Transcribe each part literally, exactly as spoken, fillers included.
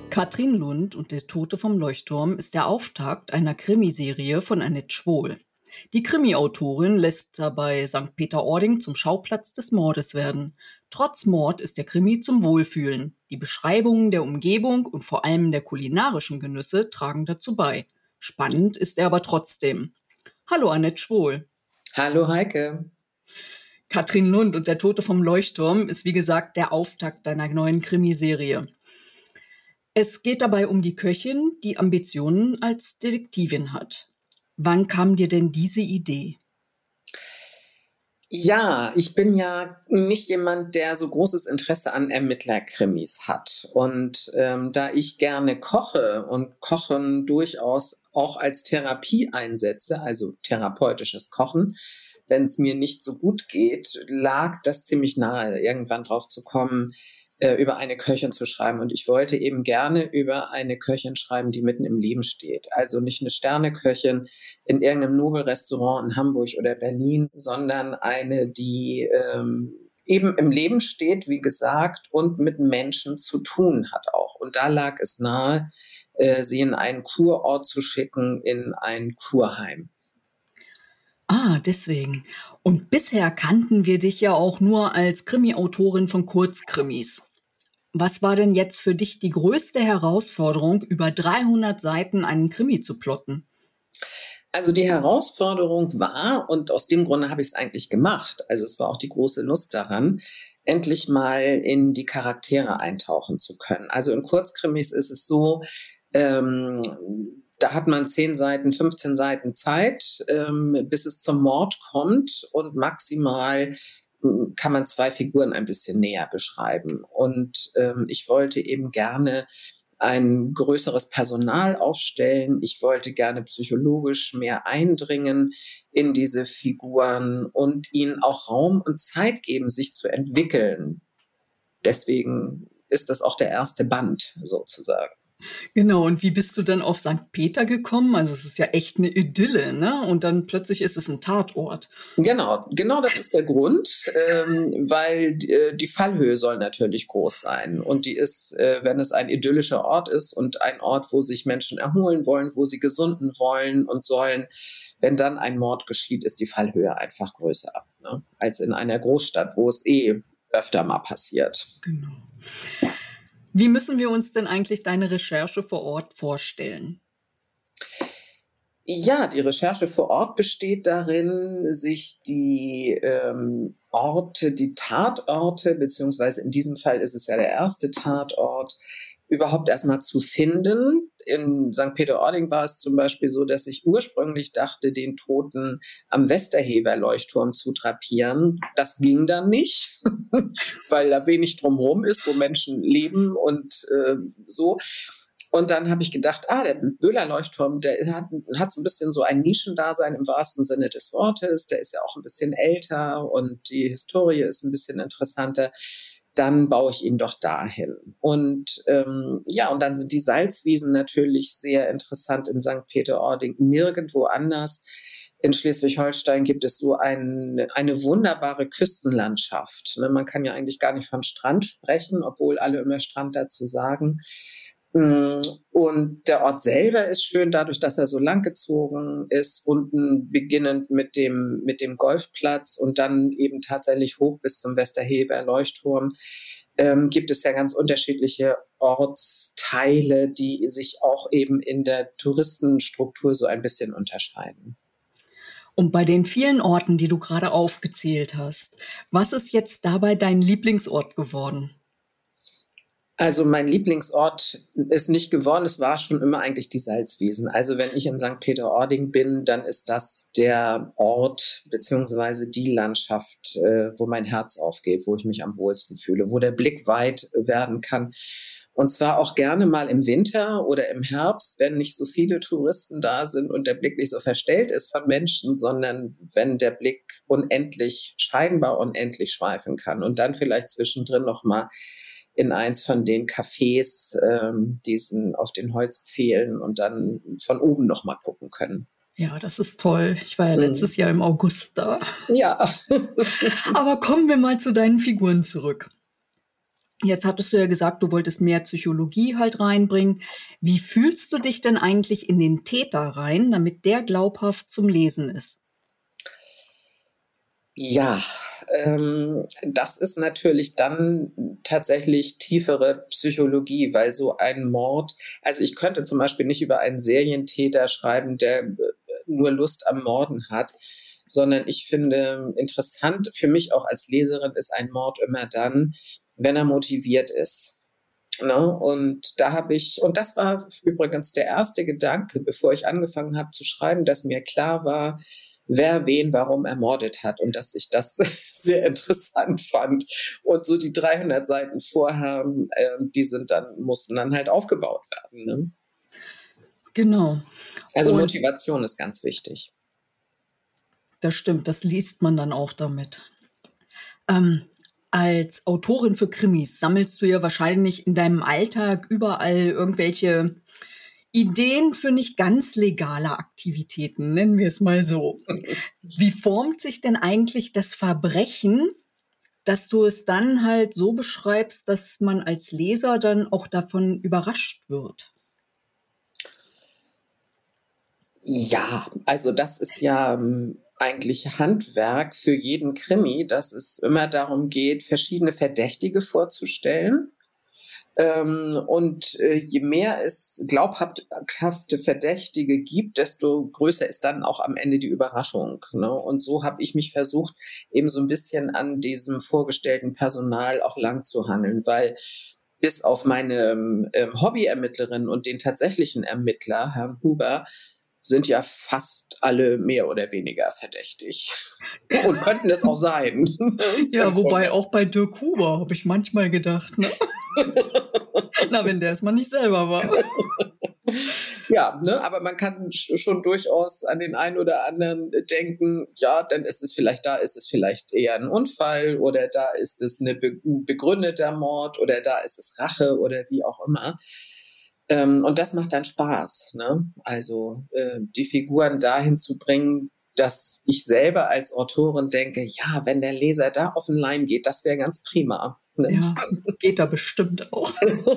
Katrin Lund und der Tote vom Leuchtturm ist der Auftakt einer Krimiserie von Annette Schwohl. Die Krimi-Autorin lässt dabei Sankt Peter-Ording zum Schauplatz des Mordes werden. Trotz Mord ist der Krimi zum Wohlfühlen. Die Beschreibungen der Umgebung und vor allem der kulinarischen Genüsse tragen dazu bei. Spannend ist er aber trotzdem. Hallo Annette Schwohl. Hallo Heike. Katrin Lund und der Tote vom Leuchtturm ist wie gesagt der Auftakt deiner neuen Krimiserie. Es geht dabei um die Köchin, die Ambitionen als Detektivin hat. Wann kam dir denn diese Idee? Ja, ich bin ja nicht jemand, der so großes Interesse an Ermittlerkrimis hat. Und ähm, da ich gerne koche und Kochen durchaus auch als Therapie einsetze, also therapeutisches Kochen, wenn es mir nicht so gut geht, lag das ziemlich nahe, irgendwann drauf zu kommen, über eine Köchin zu schreiben. Und ich wollte eben gerne über eine Köchin schreiben, die mitten im Leben steht. Also nicht eine Sterneköchin in irgendeinem Nobelrestaurant in Hamburg oder Berlin, sondern eine, die ähm, eben im Leben steht, wie gesagt, und mit Menschen zu tun hat auch. Und da lag es nahe, äh, sie in einen Kurort zu schicken, in ein Kurheim. Ah, deswegen. Und bisher kannten wir dich ja auch nur als Krimi-Autorin von Kurzkrimis. Was war denn jetzt für dich die größte Herausforderung, über dreihundert Seiten einen Krimi zu plotten? Also die Herausforderung war, und aus dem Grunde habe ich es eigentlich gemacht, also es war auch die große Lust daran, endlich mal in die Charaktere eintauchen zu können. Also in Kurzkrimis ist es so, ähm, da hat man zehn Seiten, fünfzehn Seiten Zeit, ähm, bis es zum Mord kommt, und maximal kann man zwei Figuren ein bisschen näher beschreiben. Und ähm, ich wollte eben gerne ein größeres Personal aufstellen. Ich wollte gerne psychologisch mehr eindringen in diese Figuren und ihnen auch Raum und Zeit geben, sich zu entwickeln. Deswegen ist das auch der erste Band sozusagen. Genau, und wie bist du dann auf Sankt Peter gekommen? Also es ist ja echt eine Idylle, ne? Und dann plötzlich ist es ein Tatort. Genau, genau das ist der Grund, ähm, weil äh, die Fallhöhe soll natürlich groß sein. Und die ist, äh, wenn es ein idyllischer Ort ist und ein Ort, wo sich Menschen erholen wollen, wo sie gesunden wollen und sollen, wenn dann ein Mord geschieht, ist die Fallhöhe einfach größer, ne? Als in einer Großstadt, wo es eh öfter mal passiert. Genau. Wie müssen wir uns denn eigentlich deine Recherche vor Ort vorstellen? Ja, die Recherche vor Ort besteht darin, sich die ähm, Orte, die Tatorte, beziehungsweise in diesem Fall ist es ja der erste Tatort, überhaupt erstmal zu finden. In Sankt Peter-Ording war es zum Beispiel so, dass ich ursprünglich dachte, den Toten am Westerhever-Leuchtturm zu drapieren. Das ging dann nicht, weil da wenig drumherum ist, wo Menschen leben und äh, so. Und dann habe ich gedacht, ah, der Böhler-Leuchtturm, der hat, hat so ein bisschen so ein Nischendasein im wahrsten Sinne des Wortes. Der ist ja auch ein bisschen älter und die Historie ist ein bisschen interessanter. Dann baue ich ihn doch dahin. Und ähm, ja, und dann sind die Salzwiesen natürlich sehr interessant in Sankt Peter-Ording. Nirgendwo anders in Schleswig-Holstein gibt es so ein, eine wunderbare Küstenlandschaft. Ne, man kann ja eigentlich gar nicht von Strand sprechen, obwohl alle immer Strand dazu sagen. Und der Ort selber ist schön, dadurch, dass er so langgezogen ist, unten beginnend mit dem, mit dem Golfplatz und dann eben tatsächlich hoch bis zum Westerhever Leuchtturm, ähm, gibt es ja ganz unterschiedliche Ortsteile, die sich auch eben in der Touristenstruktur so ein bisschen unterscheiden. Und bei den vielen Orten, die du gerade aufgezählt hast, was ist jetzt dabei dein Lieblingsort geworden? Also mein Lieblingsort ist nicht geworden, es war schon immer eigentlich die Salzwiesen. Also wenn ich in Sankt Peter-Ording bin, dann ist das der Ort beziehungsweise die Landschaft, äh, wo mein Herz aufgeht, wo ich mich am wohlsten fühle, wo der Blick weit werden kann. Und zwar auch gerne mal im Winter oder im Herbst, wenn nicht so viele Touristen da sind und der Blick nicht so verstellt ist von Menschen, sondern wenn der Blick unendlich, scheinbar unendlich schweifen kann und dann vielleicht zwischendrin noch mal in eins von den Cafés, ähm, diesen auf den Holzpfählen und dann von oben noch mal gucken können. Ja, das ist toll. Ich war ja letztes Jahr im August da. Ja. Aber kommen wir mal zu deinen Figuren zurück. Jetzt hattest du ja gesagt, du wolltest mehr Psychologie halt reinbringen. Wie fühlst du dich denn eigentlich in den Täter rein, damit der glaubhaft zum Lesen ist? Ja, ähm, das ist natürlich dann tatsächlich tiefere Psychologie, weil so ein Mord, also ich könnte zum Beispiel nicht über einen Serientäter schreiben, der äh, nur Lust am Morden hat, sondern ich finde interessant, für mich auch als Leserin ist ein Mord immer dann, wenn er motiviert ist. Ne? Und da habe ich, und das war übrigens der erste Gedanke, bevor ich angefangen habe zu schreiben, dass mir klar war, wer wen warum ermordet hat und dass ich das sehr interessant fand. Und so die dreihundert Seiten vorher, äh, die sind dann, mussten dann halt aufgebaut werden. Ne? Genau. Also Und Motivation ist ganz wichtig. das stimmt, das liest man dann auch damit. Ähm, als Autorin für Krimis sammelst du ja wahrscheinlich in deinem Alltag überall irgendwelche Ideen für nicht ganz legale Aktivitäten, nennen wir es mal so. Wie formt sich denn eigentlich das Verbrechen, dass du es dann halt so beschreibst, dass man als Leser dann auch davon überrascht wird? Ja, also das ist ja ähm, eigentlich Handwerk für jeden Krimi, dass es immer darum geht, verschiedene Verdächtige vorzustellen. Ähm, und äh, je mehr es glaubhafte Verdächtige gibt, desto größer ist dann auch am Ende die Überraschung. Ne? Und so habe ich mich versucht, eben so ein bisschen an diesem vorgestellten Personal auch lang zu hangeln, weil bis auf meine ähm, Hobbyermittlerin und den tatsächlichen Ermittler, Herrn Huber, sind ja fast alle mehr oder weniger verdächtig. Und könnten es auch sein. Ja, wobei auch bei Dirk Huber habe ich manchmal gedacht, ne? Na, wenn der es mal nicht selber war. Ja, ne, aber man kann schon durchaus an den einen oder anderen denken, ja, dann ist es vielleicht, da ist es vielleicht eher ein Unfall oder da ist es eine be- ein begründeter Mord oder da ist es Rache oder wie auch immer. Ähm, und das macht dann Spaß, ne? Also äh, die Figuren dahin zu bringen, dass ich selber als Autorin denke, ja, wenn der Leser da auf den Leim geht, das wäre ganz prima. Ne? Ja, geht da bestimmt auch.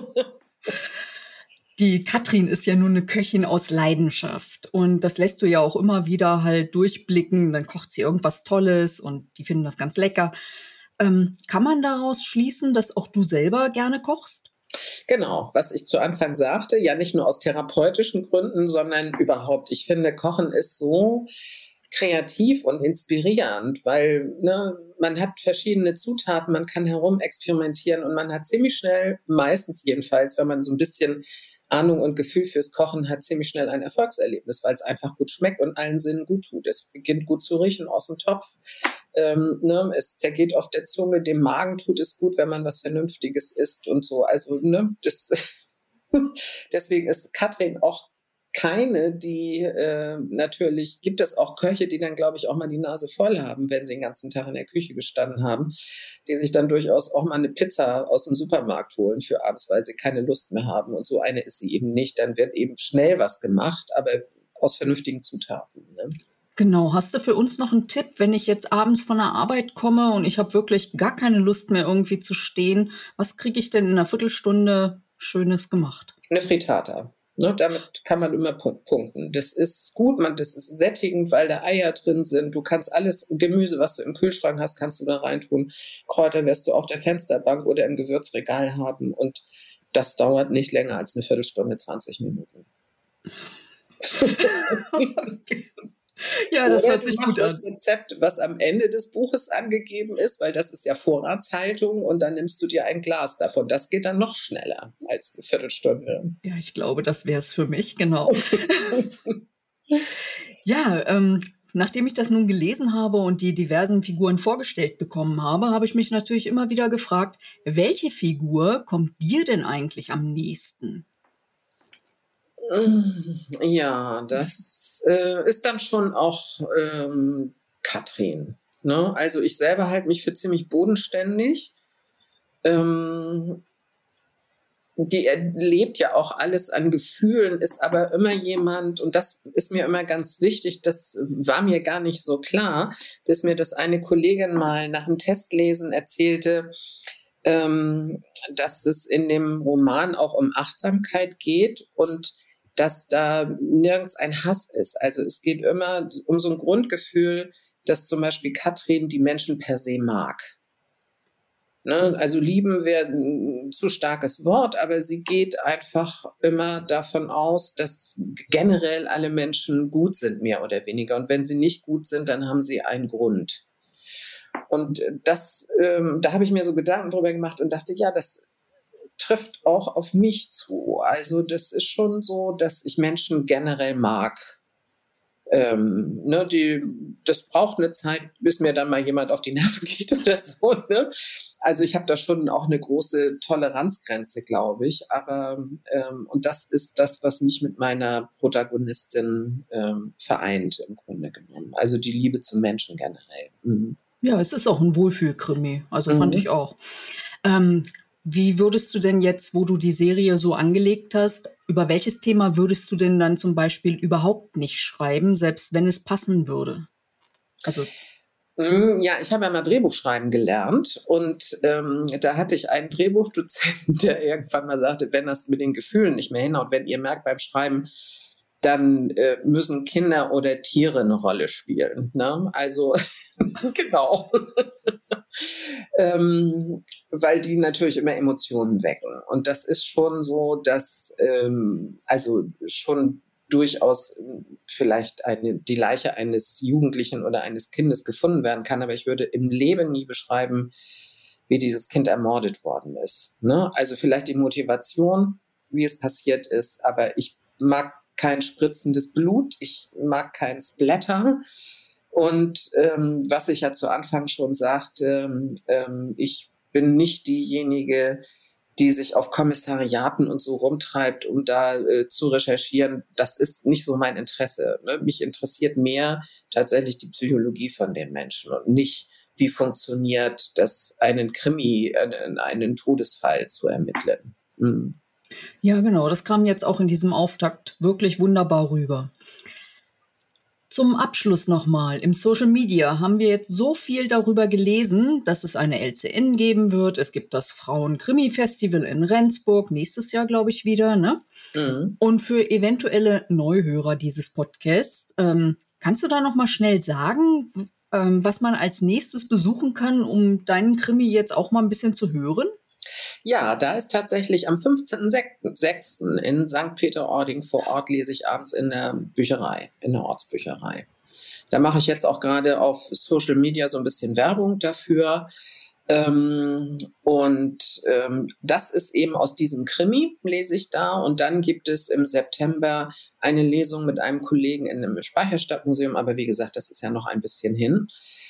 Die Katrin ist ja nur eine Köchin aus Leidenschaft und das lässt du ja auch immer wieder halt durchblicken. Dann kocht sie irgendwas Tolles und die finden das ganz lecker. Ähm, kann man daraus schließen, dass auch du selber gerne kochst? Genau, was ich zu Anfang sagte, ja nicht nur aus therapeutischen Gründen, sondern überhaupt. Ich finde, Kochen ist so kreativ und inspirierend, weil ne, man hat verschiedene Zutaten, man kann herumexperimentieren und man hat ziemlich schnell, meistens jedenfalls, wenn man so ein bisschen Ahnung und Gefühl fürs Kochen hat, ziemlich schnell ein Erfolgserlebnis, weil es einfach gut schmeckt und allen Sinnen gut tut. Es beginnt gut zu riechen aus dem Topf. Ähm, ne, es zergeht auf der Zunge, dem Magen tut es gut, wenn man was Vernünftiges isst und so. Also, ne, das, deswegen ist Katrin auch keine, die äh, natürlich, gibt es auch Köche, die dann, glaube ich, auch mal die Nase voll haben, wenn sie den ganzen Tag in der Küche gestanden haben, die sich dann durchaus auch mal eine Pizza aus dem Supermarkt holen für abends, weil sie keine Lust mehr haben. Und so eine ist sie eben nicht. Dann wird eben schnell was gemacht, aber aus vernünftigen Zutaten. Ne? Genau. Hast du für uns noch einen Tipp, wenn ich jetzt abends von der Arbeit komme und ich habe wirklich gar keine Lust mehr irgendwie zu stehen? Was kriege ich denn in einer Viertelstunde Schönes gemacht? Eine Frittata. Ne, damit kann man immer punkten. Das ist gut, man, das ist sättigend, weil da Eier drin sind. Du kannst alles Gemüse, was du im Kühlschrank hast, kannst du da reintun. Kräuter wirst du auf der Fensterbank oder im Gewürzregal haben. Und das dauert nicht länger als eine Viertelstunde, zwanzig Minuten. Okay. Ja, das Oder hört du sich machst gut das an. Rezept, was am Ende des Buches angegeben ist, weil das ist ja Vorratshaltung und dann nimmst du dir ein Glas davon. Das geht dann noch schneller als eine Viertelstunde. Ja, ich glaube, das wäre es für mich, genau. Ja, ähm, nachdem ich das nun gelesen habe und die diversen Figuren vorgestellt bekommen habe, habe ich mich natürlich immer wieder gefragt, welche Figur kommt dir denn eigentlich am nächsten? Ja, das äh, ist dann schon auch ähm, Katrin. Ne? Also ich selber halte mich für ziemlich bodenständig. Ähm, die erlebt ja auch alles an Gefühlen, ist aber immer jemand, und das ist mir immer ganz wichtig, das war mir gar nicht so klar, bis mir das eine Kollegin mal nach dem Testlesen erzählte. ähm, dass es in dem Roman auch um Achtsamkeit geht und dass da nirgends ein Hass ist. Also es geht immer um so ein Grundgefühl, dass zum Beispiel Katrin die Menschen per se mag. Ne? Also lieben wäre ein zu starkes Wort, aber sie geht einfach immer davon aus, dass generell alle Menschen gut sind, mehr oder weniger. Und wenn sie nicht gut sind, dann haben sie einen Grund. Und das, ähm, da habe ich mir so Gedanken drüber gemacht und dachte, ja, das trifft auch auf mich zu. Also das ist schon so, dass ich Menschen generell mag. Ähm, ne, die, das braucht eine Zeit, bis mir dann mal jemand auf die Nerven geht oder so. Ne? Also ich habe da schon auch eine große Toleranzgrenze, glaube ich. Aber ähm, und das ist das, was mich mit meiner Protagonistin ähm, vereint im Grunde genommen. Also die Liebe zum Menschen generell. Mhm. Ja, es ist auch ein Wohlfühlkrimi. Also fand Mhm. ich auch. Ähm, Wie würdest du denn jetzt, wo du die Serie so angelegt hast, über welches Thema würdest du denn dann zum Beispiel überhaupt nicht schreiben, selbst wenn es passen würde? Also Ja, ich habe ja mal Drehbuchschreiben gelernt und ähm, da hatte ich einen Drehbuchdozenten, der irgendwann mal sagte, wenn das mit den Gefühlen nicht mehr hinhaut, wenn ihr merkt beim Schreiben, dann äh, müssen Kinder oder Tiere eine Rolle spielen. Ne? Also genau. ähm, weil die natürlich immer Emotionen wecken. Und das ist schon so, dass ähm, also schon durchaus vielleicht eine, die Leiche eines Jugendlichen oder eines Kindes gefunden werden kann. Aber ich würde im Leben nie beschreiben, wie dieses Kind ermordet worden ist. Ne? Also vielleicht die Motivation, wie es passiert ist. Aber ich mag kein spritzendes Blut. Ich mag kein Splatter. Und ähm, was ich ja zu Anfang schon sagte, ähm, ich bin nicht diejenige, die sich auf Kommissariaten und so rumtreibt, um da äh, zu recherchieren. Das ist nicht so mein Interesse. Ne? Mich interessiert mehr tatsächlich die Psychologie von den Menschen und nicht, wie funktioniert das, einen Krimi, einen, einen Todesfall zu ermitteln. Mhm. ja, genau, das kam jetzt auch in diesem Auftakt wirklich wunderbar rüber. Zum Abschluss nochmal. Im Social Media haben wir jetzt so viel darüber gelesen, dass es eine L C N geben wird. Es gibt das Frauen-Krimi-Festival in Rendsburg, nächstes Jahr, glaube ich, wieder. Ne? Mhm. Und für eventuelle Neuhörer dieses Podcasts, ähm, kannst du da nochmal schnell sagen, ähm, was man als nächstes besuchen kann, um deinen Krimi jetzt auch mal ein bisschen zu hören? Ja, da ist tatsächlich am fünfzehnten sechsten in Sankt Peter-Ording vor Ort, lese ich abends in der Bücherei, in der Ortsbücherei. Da mache ich jetzt auch gerade auf Social Media so ein bisschen Werbung dafür. Ähm, und ähm, das ist eben aus diesem Krimi, lese ich da. Und dann gibt es im September eine Lesung mit einem Kollegen in einem Speicherstadtmuseum. Aber wie gesagt, das ist ja noch ein bisschen hin.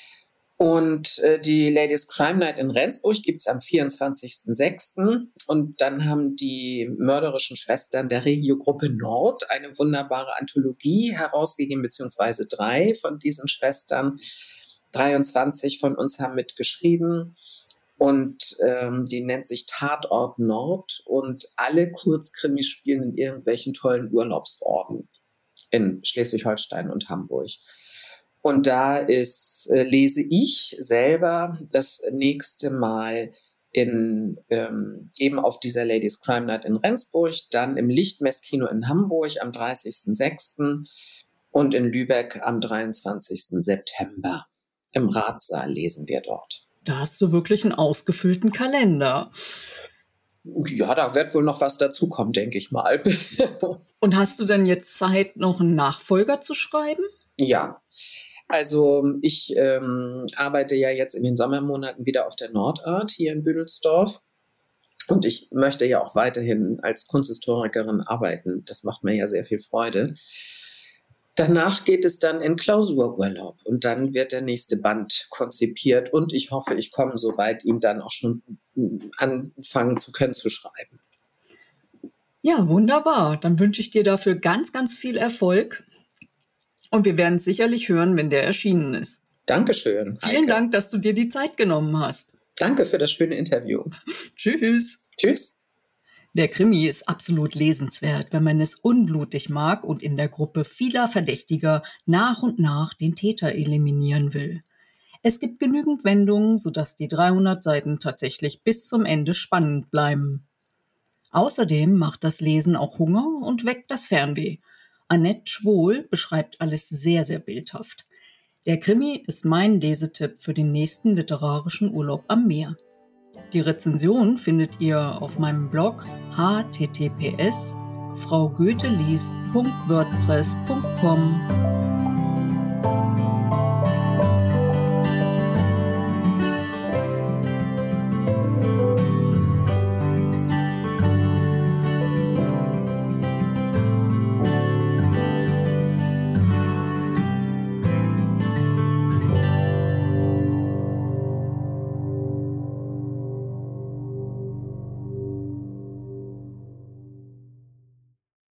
Und äh, die Ladies Crime Night in Rendsburg gibt es am vierundzwanzigsten sechsten Und dann haben die mörderischen Schwestern der Regiogruppe Nord eine wunderbare Anthologie herausgegeben, beziehungsweise drei von diesen Schwestern. dreiundzwanzig von uns haben mitgeschrieben. Und ähm, die nennt sich Tatort Nord. Und alle Kurzkrimis spielen in irgendwelchen tollen Urlaubsorten in Schleswig-Holstein und Hamburg. Und da ist, äh, lese ich selber das nächste Mal in, ähm, eben auf dieser Ladies Crime Night in Rendsburg, dann im Lichtmesskino in Hamburg am dreißigsten sechsten und in Lübeck am dreiundzwanzigsten September. Im Ratssaal lesen wir dort. Da hast du wirklich einen ausgefüllten Kalender. Ja, da wird wohl noch was dazukommen, denke ich mal. Und hast du denn jetzt Zeit, noch einen Nachfolger zu schreiben? Ja. Also ich ähm, arbeite ja jetzt in den Sommermonaten wieder auf der Nordart hier in Büdelsdorf und ich möchte ja auch weiterhin als Kunsthistorikerin arbeiten. Das macht mir ja sehr viel Freude. Danach geht es dann in Klausururlaub und dann wird der nächste Band konzipiert und ich hoffe, ich komme so weit, ihn dann auch schon anfangen zu können zu schreiben. Ja, wunderbar. Dann wünsche ich dir dafür ganz, ganz viel Erfolg. Und wir werden es sicherlich hören, wenn der erschienen ist. Dankeschön, Heike. Vielen Dank, dass du dir die Zeit genommen hast. Danke für das schöne Interview. Tschüss. Tschüss. Der Krimi ist absolut lesenswert, wenn man es unblutig mag und in der Gruppe vieler Verdächtiger nach und nach den Täter eliminieren will. Es gibt genügend Wendungen, sodass die dreihundert Seiten tatsächlich bis zum Ende spannend bleiben. Außerdem macht das Lesen auch Hunger und weckt das Fernweh. Annette Schwohl beschreibt alles sehr, sehr bildhaft. Der Krimi ist mein Lesetipp für den nächsten literarischen Urlaub am Meer. Die Rezension findet ihr auf meinem Blog h t t p s punkt frau goethe liest punkt wordpress punkt com.